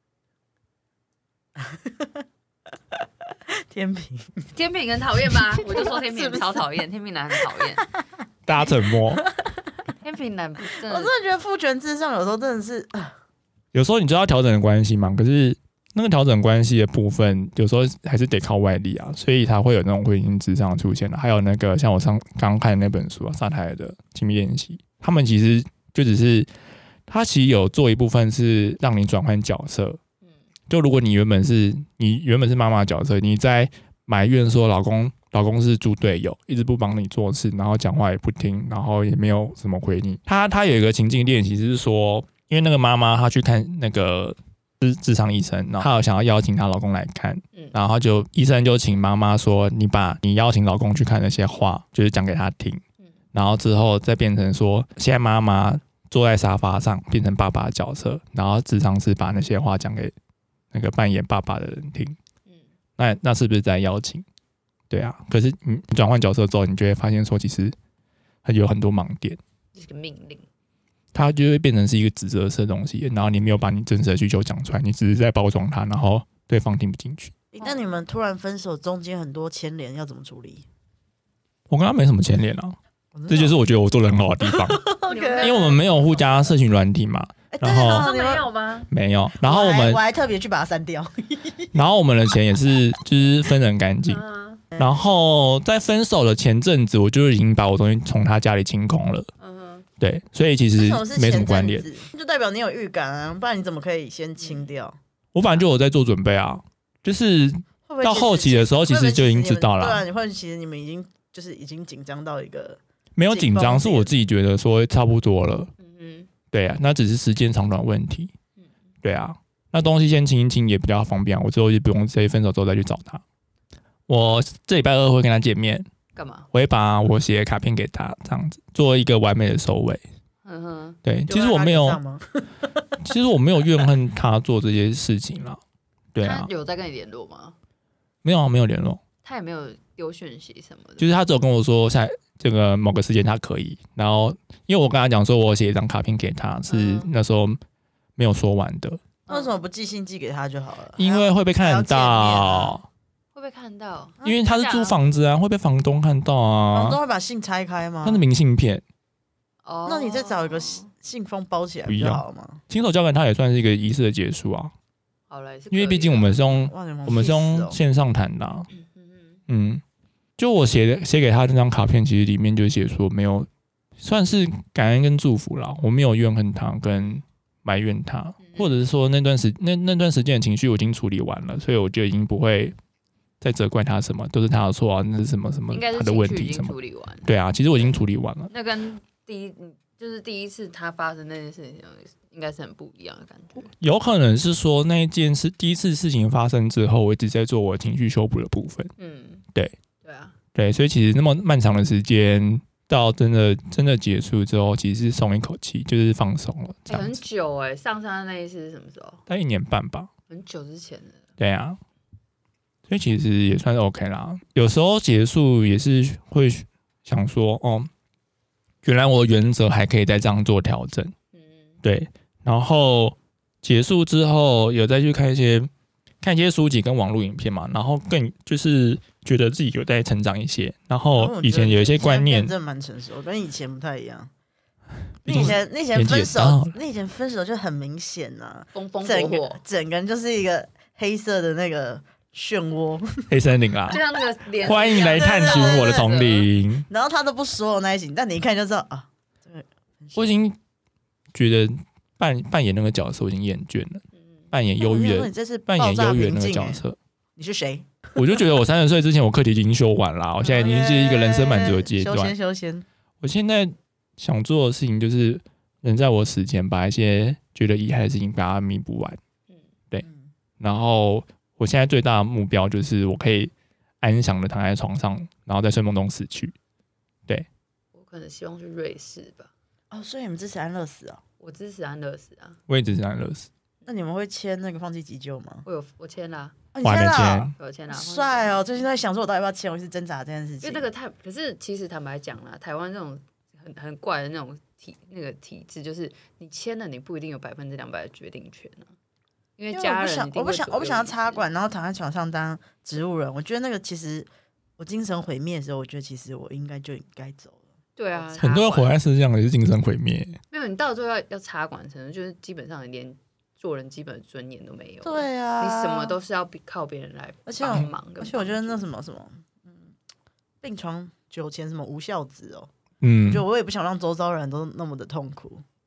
天秤， 天秤很讨厌吗？我就说天秤超讨厌，天秤男很讨厌。 大家沉默。 天秤男真的， 我真的觉得父权至上有时候真的是， 有时候你就要调整关系嘛。可是那个调整关系的部分，有时候还是得靠外力啊，所以才会有那种婚姻至上出现了。还有那个像我上刚刚看的那本书啊，萨泰尔的亲密练习，他们其实就只是他其实有做一部分是让你转换角色。就如果你原本是你原本是妈妈的角色，你在埋怨说老公老公是猪队友，一直不帮你做事，然后讲话也不听，然后也没有什么回你。他他有一个情境练习是说，因为那个妈妈她去看那个智智商医生，然后她有想要邀请她老公来看，然后就医生就请妈妈说，你把你邀请老公去看那些话，就是讲给他听，然后之后再变成说，现在妈妈坐在沙发上变成爸爸的角色，然后智商是把那些话讲给那个扮演爸爸的人听，那那是不是在邀请？对啊，可是你转换角色之后，你就会发现说，其实有很多盲点， 这是个命令， 它就会变成是一个指责式的东西，然后你没有把你真实的需求讲出来，你只是在包装它，然后对方听不进去。 那你们突然分手，中间很多牵连，要怎么处理？ 我跟他没什么牵连啊，这就是我觉得我做的很好的地方，因为我们没有互加社群软体嘛。然后没有吗？ 没有，然后我们我还特别去把它删掉。 然后我们的钱也是就是分得很干净。然后在分手的前阵子，我就已经把我东西从他家里清空了。嗯，对，所以其实没什么关联， 就代表你有预感啊，不然你怎么可以先清掉？ 我本来就有在做准备啊，就是到后期的时候，其实就已经知道了。 对啊，你会其实你们已经就是已经紧张到一个没有紧张，是我自己觉得说差不多了。嗯，对啊，那只是时间长短问题。对啊，那东西先清一清也比较方便，我之后就不用在分手之后再去找他。我这礼拜二会跟他见面， 干嘛？ 我会把我写的卡片给他，这样子做一个完美的收尾。嗯哼，对，其实我没有，其实我没有怨恨他做这些事情啦。对啊， 他有在跟你联络吗？ 没有啊，没有联络。 他也没有丢讯息什么的， 就是他只有跟我说，在这个某个时间他可以。然后，因为我跟他讲说，我写一张卡片给他，是那时候没有说完的。 那为什么不寄信寄给他就好了？ 因为会被看到。 会被看到， 因为他是租房子啊，会被房东看到啊。 房东会把信拆开吗？ 他是明信片。 哦，那你再找一个信封包起来比较好吗？ 亲手交给他也算是一个仪式的结束啊。 好了， 因为毕竟我们是用我们是用线上谈的、啊。嗯，就我写的写给他那张卡片，其实里面就写说没有，算是感恩跟祝福啦。我没有怨恨他跟埋怨他，或者是说那段时那那段时间的情绪我已经处理完了，所以我就已经不会再责怪他什么，都是他的错啊，那是什么什么他的问题什么。对啊，其实我已经处理完了。 那跟第一就是第一次他发生那件事情，应该是很不一样的感觉。 有可能是说那一件事第一次事情发生之后，我一直在做我情绪修补的部分。嗯，对， 对啊， 对，所以其实那么漫长的时间，到真的真的结束之后，其实是松一口气，就是放松了。 欸、很久哎、欸，上山那一次是什么时候？ 大概一年半吧。 很久之前的。 对啊。所以其实也算是 OK 啦。有时候结束也是会想说，哦，原来我的原则还可以再这样做调整。嗯，对。然后结束之后，有再去看一些看一些书籍跟网络影片嘛，然后更就是觉得自己有在成长一些。然后以前有一些观念， 真的蛮成熟，跟以前不太一样。你以前你以前分手，你以前分手就很明显呐、啊， 风风火整火， 个整个人就是一个黑色的那个。漩涡， 黑森林啦， 就像那个脸， 欢迎来探寻我的丛林。 然后他都不说那一集，但你一看就知道啊。 我已经觉得扮扮演那个角色我已经厌倦了，扮演忧郁的，扮演忧郁的那个角色。 你是谁？ 我就觉得我三十岁之前我课题已经修完了，我现在已经是一个人生满足的阶段。 修仙修仙。我现在想做的事情就是能在我死前把一些觉得遗憾的事情把它弥补完。对，然后。我现在最大的目标就是我可以安详的躺在床上，然后在睡梦中死去。对， 我可能希望去瑞士吧。 哦，所以你们支持安乐死哦？ 我支持安乐死啊。 我也支持安乐死。 那你们会签那个放弃急救吗？ 我有，我签啦。 哦、我还没签， 我签啦。 帅哦！最近在想说，我到底要不要签？我是挣扎这件事情。 因为那个太，可是其实坦白讲啦，台湾这种很很怪的那种体那个体制，就是你签了，你不一定有百分之两百的决定权啊。因为家人我不想，我不想要插管，然后躺在床上当植物人。我觉得那个其实，我精神毁灭的时候，我觉得其实我应该就应该走了。 对啊， 很多人活在世界上也是精神毁灭。 没有，你到最后要要插管，可能就是基本上你连做人基本的尊严都没有。 对啊， 你什么都是要靠别人来帮忙。 而且我觉得那什么什么，嗯，病床酒钱什么无孝子哦， 嗯， 就我也不想让周遭人都那么的痛苦。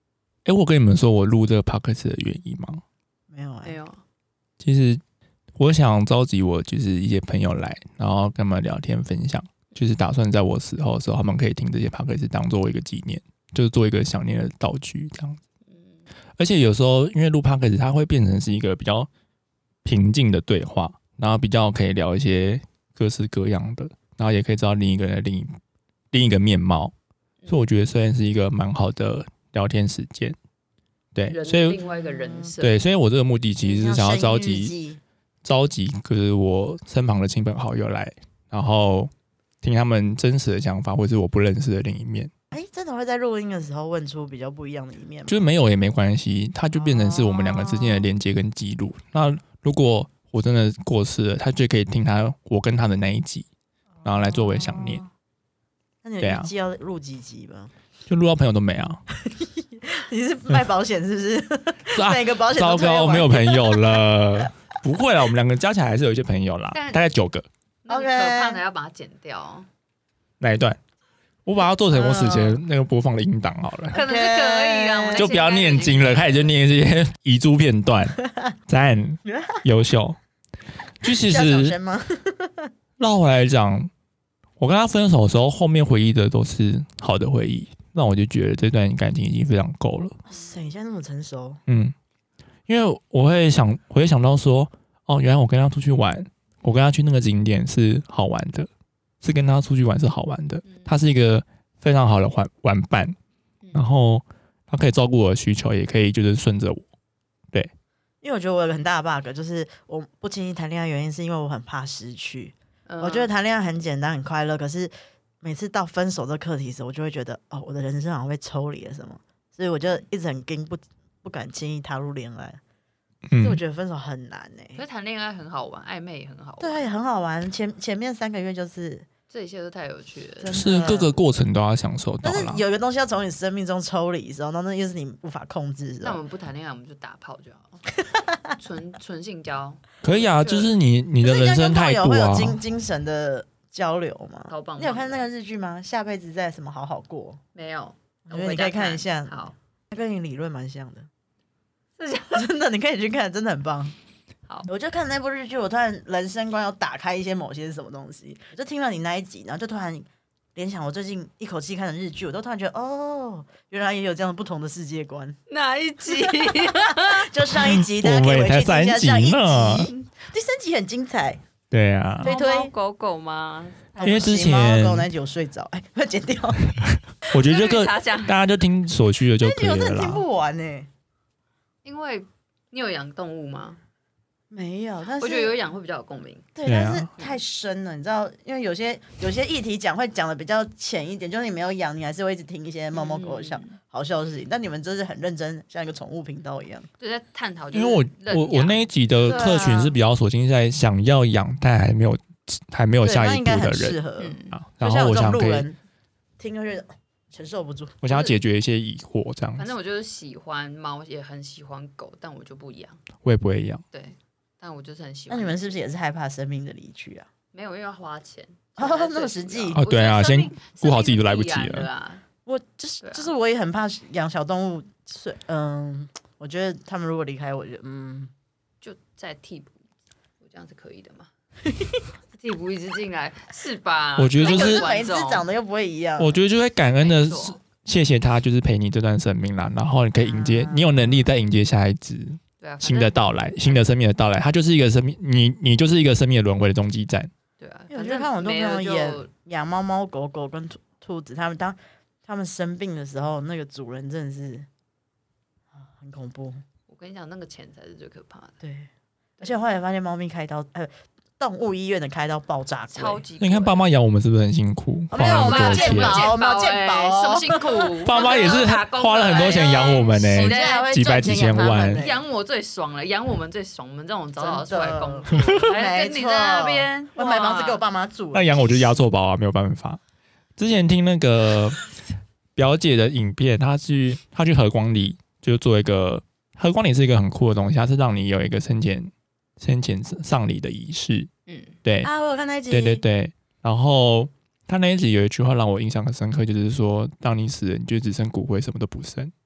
哎，我跟你们说我录这个 podcast 的原因吗？ 没有、欸， 没有。 其实我想召集我就是一些朋友来，然后跟他们聊天分享，就是打算在我死后的时候，他们可以听这些 podcast 当做一个纪念，就是做一个想念的道具这样子。而且有时候因为录 podcast 它会变成是一个比较平静的对话，然后比较可以聊一些各式各样的，然后也可以知道另一个人的另一另一个面貌，所以我觉得虽然是一个蛮好的聊天时间。对，所以另外一个人生， 对，所以我这个目的其实是想要召集嗯召集，就是我身旁的亲朋好友来，然后听他们真实的想法，或是我不认识的另一面。 哎、欸，真的会在录音的时候问出比较不一样的一面吗？ 就是没有也没关系，它就变成是我们两个之间的连接跟记录。哦、那如果我真的过世了，他就可以听他我跟他的那一集，然后来作为想念。哦、 那你预计要录几集吧？ 就录到朋友都没啊。 你是卖保险是不是？ 啊、 每个保险糟糕，没有朋友了。不会啦，我们两个加起来还是有一些朋友啦，大概九个。 那可怕的要把它剪掉。 哪一段？我把它做成我死前那个播放的音档好了。 可能是可以啊， 就不要念经了，开始就念一些遗珠片段。赞，优秀。就其实绕回来讲，我跟他分手的时候，后面回忆的都是好的回忆。那我就觉得这段感情已经非常够了。 哇塞，你现在那么成熟。 嗯，因为我会想，我会想到说，哦，原来我跟他出去玩，我跟他去那个景点是好玩的，是跟他出去玩是好玩的。他是一个非常好的玩玩伴，然后他可以照顾我的需求，也可以就是顺着我。对， 因为我觉得我有个很大的 bug， 就是我不轻易谈恋爱，原因是因为我很怕失去。嗯、我觉得谈恋爱很简单很快乐，可是每次到分手这课题时，我就会觉得哦，我的人生好像被抽离了什么，所以我就一直很惊，不不敢轻易踏入恋爱。嗯，所以我觉得分手很难哎、欸。 可是谈恋爱很好玩，暧昧也很好玩， 对，很好玩。前前面三个月就是这一切都太有趣了， 是各个过程都要享受到啦。 但是有一个东西要从你生命中抽离的时候，那那又是你无法控制的时候。 那我们不谈恋爱，我们就打炮就好，纯纯性交可以啊，就是你你的人生态度啊， 会有精精神的交流吗？ 超棒！ 你有看那个日剧吗？下辈子再什么好好过？ 没有， 我觉得你可以看一下。 好， 跟你理论蛮像的， 是真的，你可以去看，真的很棒。 好， 我就看那部日剧，我突然人生观有打开一些某些什么东西，我就听了你那一集，然后就突然联想我最近一口气看的日剧，我都突然觉得哦，原来也有这样不同的世界观。 哪一集？ 就上一集，大家可以回去听一下上一集。第三集很精彩。 对啊， 推推猫猫狗狗吗？ 因为之前猫狗那集我睡着，哎，快剪掉。 我觉得这个大家就听所需的就可以了啦。 那集我真的听不完呢、欸， 因为你有养动物吗？ 没有，但是我觉得有养会比较有共鸣。 对，但是太深了，你知道，因为有些有些议题讲会讲的比较浅一点，就是你没有养，你还是会一直听一些猫猫狗狗笑、嗯、好笑的事情。但你们就是很认真，像一个宠物频道一样， 就在探讨。 因为我我我那一集的客群是比较锁定在想要养但还没有还没有下一步的人， 嗯啊、然后我想可以听就觉得承受不住， 我想要解决一些疑惑，这样子。 反正我就是喜欢猫，也很喜欢狗，但我就不养。 我也不会养。 对。但我就是很喜欢。 那你们是不是也是害怕生命的离去啊？ 没有，因为要花钱。 哦，那么实际哦，对啊，先顾好自己都来不及了。 啊、 我就是、啊、就是我也很怕养小动物，嗯，我觉得他们如果离开我，觉得嗯， 就再替补，我这样是可以的吗？替补一直进来是吧？ 我觉得就是每一只长得又不会一样。 我觉得就会感恩的谢谢他，就是陪你这段生命啦，然后你可以迎接，啊、你有能力再迎接下一只。 对啊、 新的到来，新的生命的到来，它就是一个生命，你你就是一个生命的轮回的终极站。 对啊， 因为我就看很多朋友养养猫猫狗狗跟兔兔子，他们当他们生病的时候，那个主人真的是很恐怖。 我跟你讲，那个钱才是最可怕的。 对，而且后来发现猫咪开刀，呃。动物医院的开刀爆炸贵， 超级。 你看爸妈养我们是不是很辛苦？ 没有，我们有健保，我们有健保， 什么辛苦？ 爸妈也是花了很多钱养我们呢、欸，几百几千万。 养我最爽了，养我们最爽，我们这种早早出来工作，还跟你在那边， 我买房子给我爸妈住。 那养我就压错宝啊，没有办法。之前听那个表姐的影片，她去她去和光里，就做一个和光里是一个很酷的东西，它是让你有一个生前。生前丧礼的仪式，嗯，对啊，我有看那一集， 对对对。然后他那一集有一句话让我印象很深刻，就是说，当你死了，你就只剩骨灰，什么都不剩。嗯，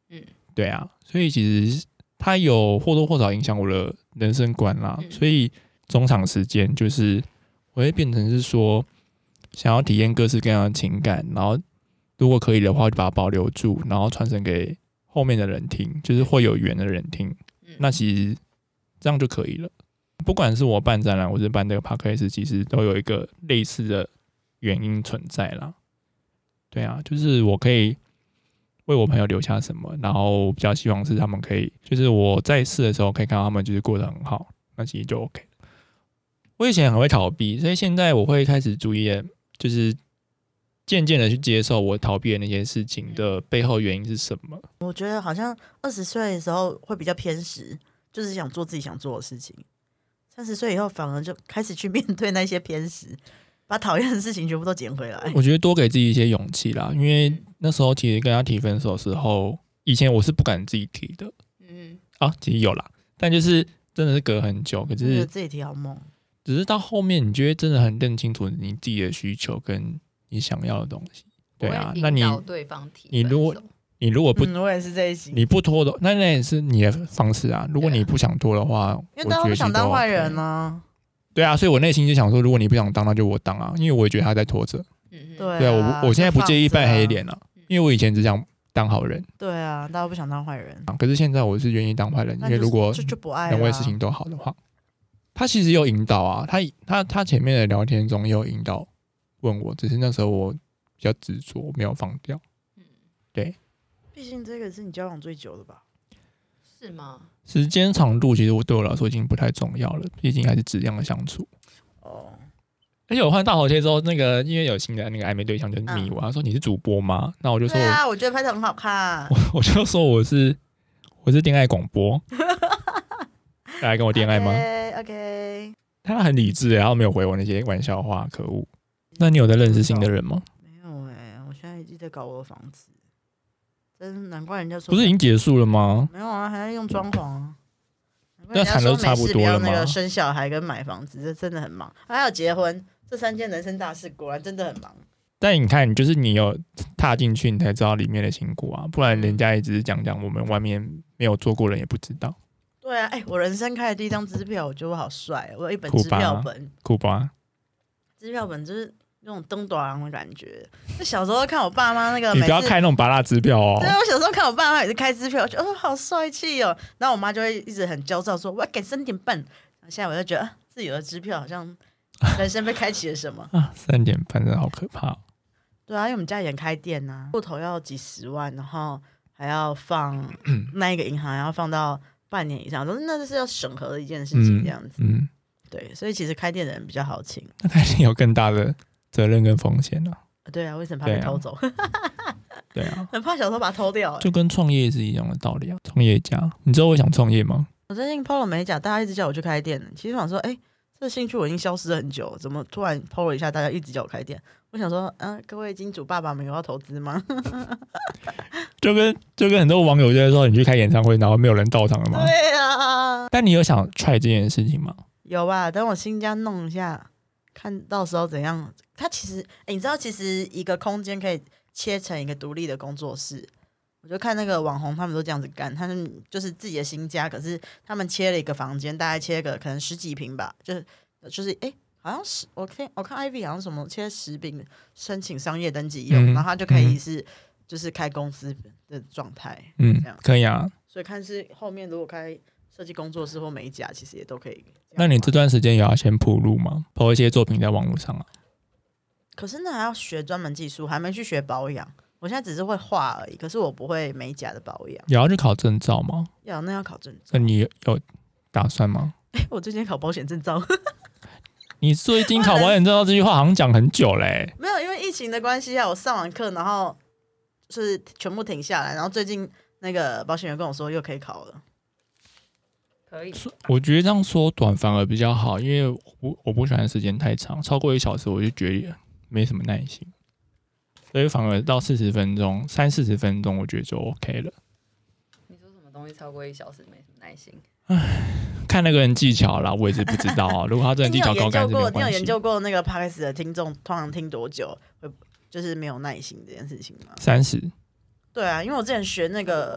对啊，所以其实它有或多或少影响我的人生观啦。嗯、所以中场时间就是我会变成是说，想要体验各式各样的情感，然后如果可以的话，就把它保留住，然后传承给后面的人听，就是会有缘的人听。嗯、那其实这样就可以了。不管是我办展览，或是办这个 podcast， 其实都有一个类似的原因存在啦。对啊，就是我可以为我朋友留下什么，然后比较希望是他们可以，就是我在世的时候可以看到他们就是过得很好，那其实就 OK。我以前很会逃避，所以现在我会开始注意，就是渐渐的去接受我逃避的那些事情的背后原因是什么。 我觉得好像二十岁的时候会比较偏食，就是想做自己想做的事情。三十岁以后反而就开始去面对那些偏食，把讨厌的事情全部都捡回来。 我觉得多给自己一些勇气啦，因为那时候其实跟他提分手的时候，以前我是不敢自己提的。嗯，啊，其实有啦，但就是真的是隔很久，可是自己提好梦。 只是到后面，你就会真的很认清楚你自己的需求跟你想要的东西。对啊，那你对方提你如果你如果不， 嗯、我也是这一型， 你不拖的，那那也是你的方式啊。如果你不想拖的话， 因为大家不想当坏人啊。 对啊，所以我内心就想说，如果你不想当，那就我当啊，因为我也觉得他在拖着。 嗯，对啊， 对啊，我我现在不介意扮黑脸了、啊，因为我以前只想当好人。 对啊，大家不想当坏人。 可是现在我是愿意当坏人，因为如果两位事情都好的话，他其实有引导啊，他他他前面的聊天中也有引导问我，只是那时候我比较执着，没有放掉。嗯，对。 毕竟这个是你交往最久的吧？ 是吗？ 时间长度其实我对我来说已经不太重要了，毕竟还是质量的相处。哦。而且我换大头贴之后，那个因为有新的那个暧昧对象就密我，嗯、他说你是主播吗？那我就说我， 对啊，我觉得拍得很好看。 我我就说我是我是恋爱广播。大家跟我恋爱吗 ？OK OK。 他很理智，然后没有回我那些玩笑话，可恶。那你有在认识新的人吗？ 没有哎、欸，我现在一直在搞我的房子。真难怪人家说不是已经结束了吗？ 没有啊，还在用装潢啊。 那谈都差不多了吗？ 那个生小孩跟买房子，这真的很忙。还有结婚，这三件人生大事，果然真的很忙。 但你看，就是你有踏进去，你才知道里面的辛苦啊，不然人家也只是讲讲，我们外面没有做过人也不知道。 对啊，哎、欸，我人生开的第一张支票，我觉得我好帅，我有一本支票本， 酷吧？ 支票本就是那种登短郎的感觉。就小时候看我爸妈那个， 你不要开那种拔蜡支票哦。 对，我小时候看我爸妈也是开支票，我觉得哦好帅气哦。然后我妈就会一直很焦躁说，我要给三点半。现在我就觉得、啊、自己的支票好像人生被开启了什么啊，三点半真的好可怕、哦。 对啊，因为我们家也开店啊，户头要几十万，然后还要放那一个银行，还要放到半年以上，都是那就是要审核的一件事情，这样子。嗯，嗯对，所以其实开店的人比较好请。 那开店有更大的责任跟风险啊。 对啊，为什么怕被偷走？ 对啊， 很怕小时候把它偷掉、欸。 就跟创业是一样的道理啊。创业家，你知道我想创业吗？ 我最近 P O 了美甲，大家一直叫我去开店。其实我想说，哎、欸，这兴趣我已经消失了很久，怎么突然 P O 了一下，大家一直叫我开店？我想说，嗯、呃，各位金主爸爸们有要投资吗？ 就跟就跟很多网友就在说，你去开演唱会，然后没有人到场了吗？ 对啊。 但你有想 try 这件事情吗？ 有吧，等我新家弄一下，看到时候怎样。它其实，欸、你知道，其实一个空间可以切成一个独立的工作室。我就看那个网红，他们都这样子干，他们就是自己的新家，可是他们切了一个房间，大概切个可能十几平吧，就是就是哎、欸，好像是我看我看 Ivy 好像什么切十平申请商业登记用，嗯、然后他就可以是、嗯、就是开公司的状态，嗯，这样可以啊。 所以看是后面如果开设计工作室或美甲，其实也都可以。 那你这段时间也要先铺路吗？抛一些作品在网络上啊？ 可是那还要学专门技术，还没去学保养。我现在只是会画而已，可是我不会美甲的保养。 也要去考证照吗？ 要，那要考证照。 那你有打算吗？ 欸、我最近考保险证照。 你最近考保险证照这句话好像讲很久嘞、欸。 没有，因为疫情的关系啊，我上完课然后是全部停下来，然后最近那个保险员跟我说又可以考了。 可以。 我觉得这样缩短反而比较好，因为我我不喜欢时间太长，超过一小时我就觉得没什么耐心。所以反而到四十分钟、三四十分钟，我觉得就 OK 了。 你说什么东西超过一小时没什么耐心？ 看那个人技巧啦，我也是不知道啊。如果他真的技巧高干是没有关系。 你有研究过那个 Podcast 的听众通常听多久会就是没有耐心这件事情吗？ 三十。 对啊，因为我之前学那个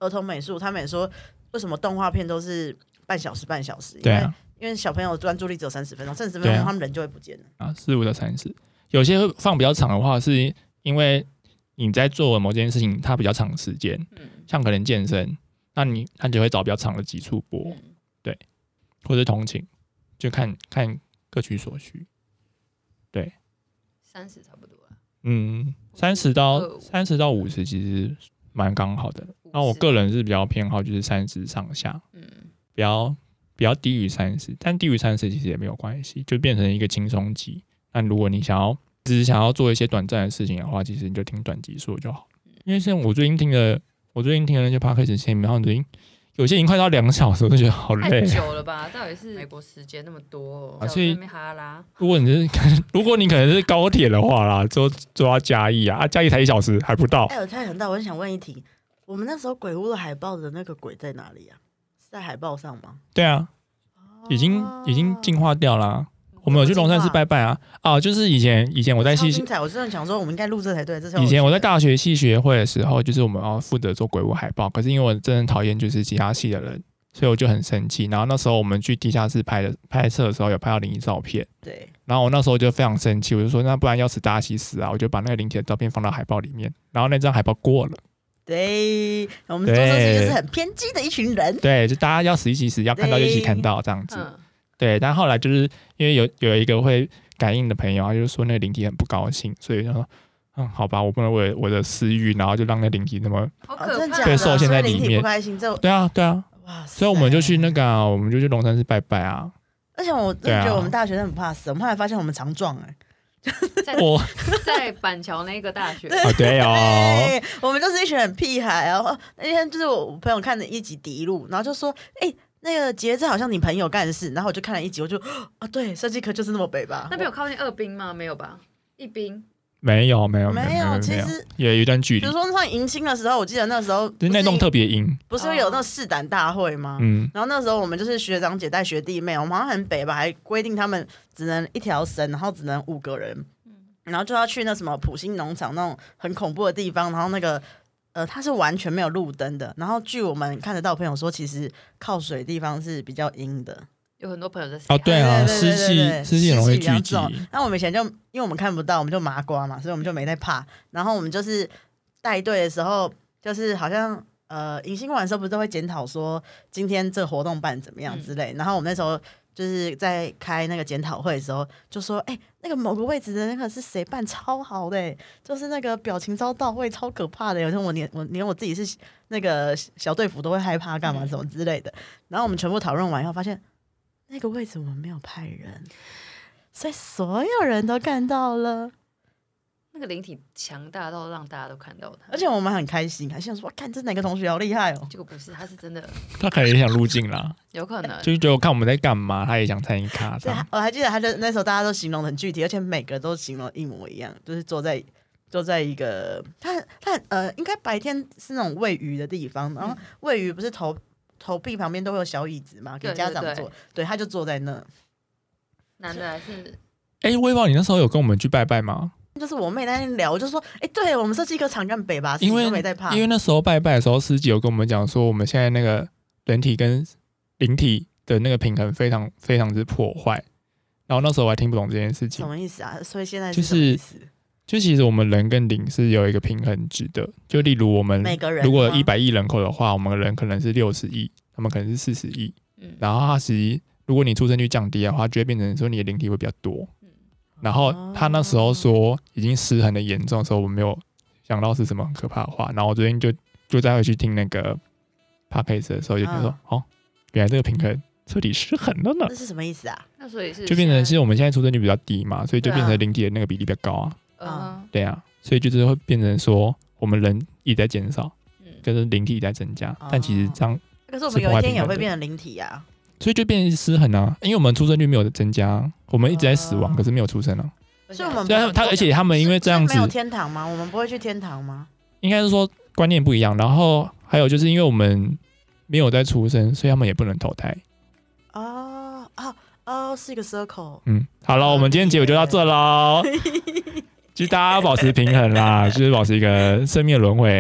儿童美术，他们也说为什么动画片都是半小时半小时？ 对啊， 因为小朋友专注力只有三十分钟，剩十分钟、啊、他们人就会不见了啊。十五到三十，有些放比较长的话，是因为你在做某件事情，它比较长的时间，嗯，像可能健身，那你他就会找比较长的集数播，嗯、对，或者通勤，就看看各取所需，对， 三十差不多啊， 嗯，三十到三十到五十其实蛮刚好的。那我个人是比较偏好就是三十上下，嗯，比较比较低于三十，但低于三十其实也没有关系，就变成一个轻松级。那如果你想要只是想要做一些短暂的事情的话，其实你就听短集数就好。因为像我最近听的，我最近听的那些 podcast 前面，然后最近有些已经快到两个小时，我就觉得好累。 太久了吧？到底是美国时间那么多、哦啊，所以哈拉。 如果你是如果你可能是高铁的话啦，就坐到嘉义啊，啊嘉义才一小时还不到。 哎、欸，我突然想到，我很想问一题，我们那时候鬼屋的海报的那个鬼在哪里啊？是在海报上吗？ 对啊，已经已经进化掉啦。我们有去龙山寺拜拜啊啊！就是以前以前我在系， 精彩！我真的想说，我们应该录这才对。这以前我在大学系学会的时候，就是我们要负责做鬼屋海报，可是因为我真的讨厌就是其他系的人，所以我就很生气。然后那时候我们去地下室拍的拍摄的时候，有拍到灵异照片， 对。 然后我那时候就非常生气，我就说那不然要死大家一起死啊！我就把那个灵体的照片放到海报里面，然后那张海报过了。 对，我们做设计就是很偏激的一群人。 对，就大家要死一起死，要看到就一起看到这样子。嗯对，但后来就是因为有有一个会感应的朋友，他就说那个灵体很不高兴，所以就说，嗯，好吧，我不能为了我的私欲，然后就让那个灵体那么被受限在里面。对啊，对啊，哇！所以我们就去那个、啊，我们就去龙山寺拜拜啊。 而且我真的觉得我们大学生很怕死，我们后来发现我们常撞哎、 欸。在我在板桥那个大学， 对, 哦对哦对，我们就是一群很屁孩啊。那天就是我朋友看了一集《迪路》，然后就说，哎、欸。那个杰这好像你朋友干的事，然后我就看了一集，我就啊，对，设计科就是那么北吧？ 那边有靠近二兵吗？没有吧？一兵没有，没有， 没有。其实也有一段距离。 比如说上迎新的时候，我记得那时候就是那栋特别阴， 不是会有那个试胆大会吗？嗯，然后那时候我们就是学长姐带学弟妹，我们好像很北吧，还规定他们只能一条绳，然后只能五个人，然后就要去那什么普兴农场那种很恐怖的地方，然后那个。呃，它是完全没有路灯的。然后据我们看得到朋友说，其实靠水的地方是比较阴的。 有很多朋友在哦，对啊，湿气湿气容易聚集。 那我们以前就因为我们看不到，我们就麻瓜嘛，所以我们就没在怕。然后我们就是带队的时候，就是好像呃迎新完的时候，不是都会检讨说今天这个活动办怎么样之类。嗯、然后我们那时候。就是在开那个检讨会的时候，就说：“哎、欸，那个某个位置的那个是谁办超好的、欸，就是那个表情超到位，超可怕的。有时候我连我连我自己是那个小队服都会害怕，干嘛什么之类的。然后我们全部讨论完以后，发现那个位置我们没有派人，所以所有人都看到了。 那个灵体强大到让大家都看到它， 而且我们很开心，还想说：看这哪个同学好厉害哦！ 结果不是，他是真的， 他可能也想入境啦， 有可能就是觉得我看我们在干嘛，他也想参与卡。 对，我还记得他就那时候大家都形容得很具体，而且每个都形容一模一样，就是坐在坐在一个他他呃，应该白天是那种喂鱼的地方，然后喂鱼不是头头壁旁边都会有小椅子嘛，给家长坐，对, 对, 对, 对，他就坐在那。 男的还是？ 哎、欸，微宝，你那时候有跟我们去拜拜吗？ 就是我妹在那边聊，我就说，哎、欸，对我们设计科常干北吧， 因为没在怕。 因为那时候拜拜的时候，师姐有跟我们讲说，我们现在那个人体跟灵体的那个平衡非常非常之破坏。然后那时候我还听不懂这件事情， 什么意思啊？所以现在是什么意思？就是就其实我们人跟灵是有一个平衡值的，就例如我们每个人如果一百亿人口的话，我们人可能是六十亿，他们可能是四十亿，嗯，然后它其实如果你出生率降低的话，就会变成说你的灵体会比较多。然后他那时候说已经失衡的严重的时候，我没有想到是什么很可怕的话。然后我昨天就就再回去听那个 podcast 的时候，就觉得说、啊、哦，原来这个平衡彻底失衡了呢。 这是什么意思啊？ 那所以是就变成是我们现在出生率比较低嘛，所以就变成灵体的那个比例比较高啊。 嗯， 对啊，所以就是会变成说我们人一直在减少，就是灵体一直在增加，嗯、但其实这样可是我们有一天也会变成灵体啊。 所以就变成失衡啊，因为我们出生率没有增加，我们一直在死亡，呃、可是没有出生啊。 所以我们他而且他们因为这样子， 没有天堂吗？我们不会去天堂吗？ 应该是说观念不一样，然后还有就是因为我们没有在出生，所以他们也不能投胎。 哦哦哦，是一个 circle。 嗯，好了，我们今天结尾就到这喽。其实大家要保持平衡啦，就是保持一个生命的轮回。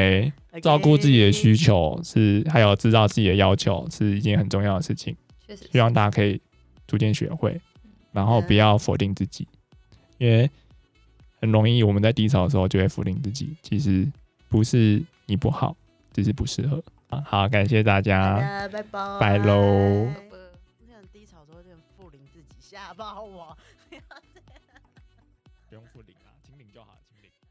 照顾自己的需求是，还有知道自己的要求是一件很重要的事情。 确实， 希望大家可以逐渐学会，然后不要否定自己，因为很容易我们在低潮的时候就会否定自己，其实不是你不好，只是不适合。好，感谢大家， 拜拜， 拜喽。 那很低潮的时候有点负零自己，吓爆我。 不用负零啊，清零就好了，清零。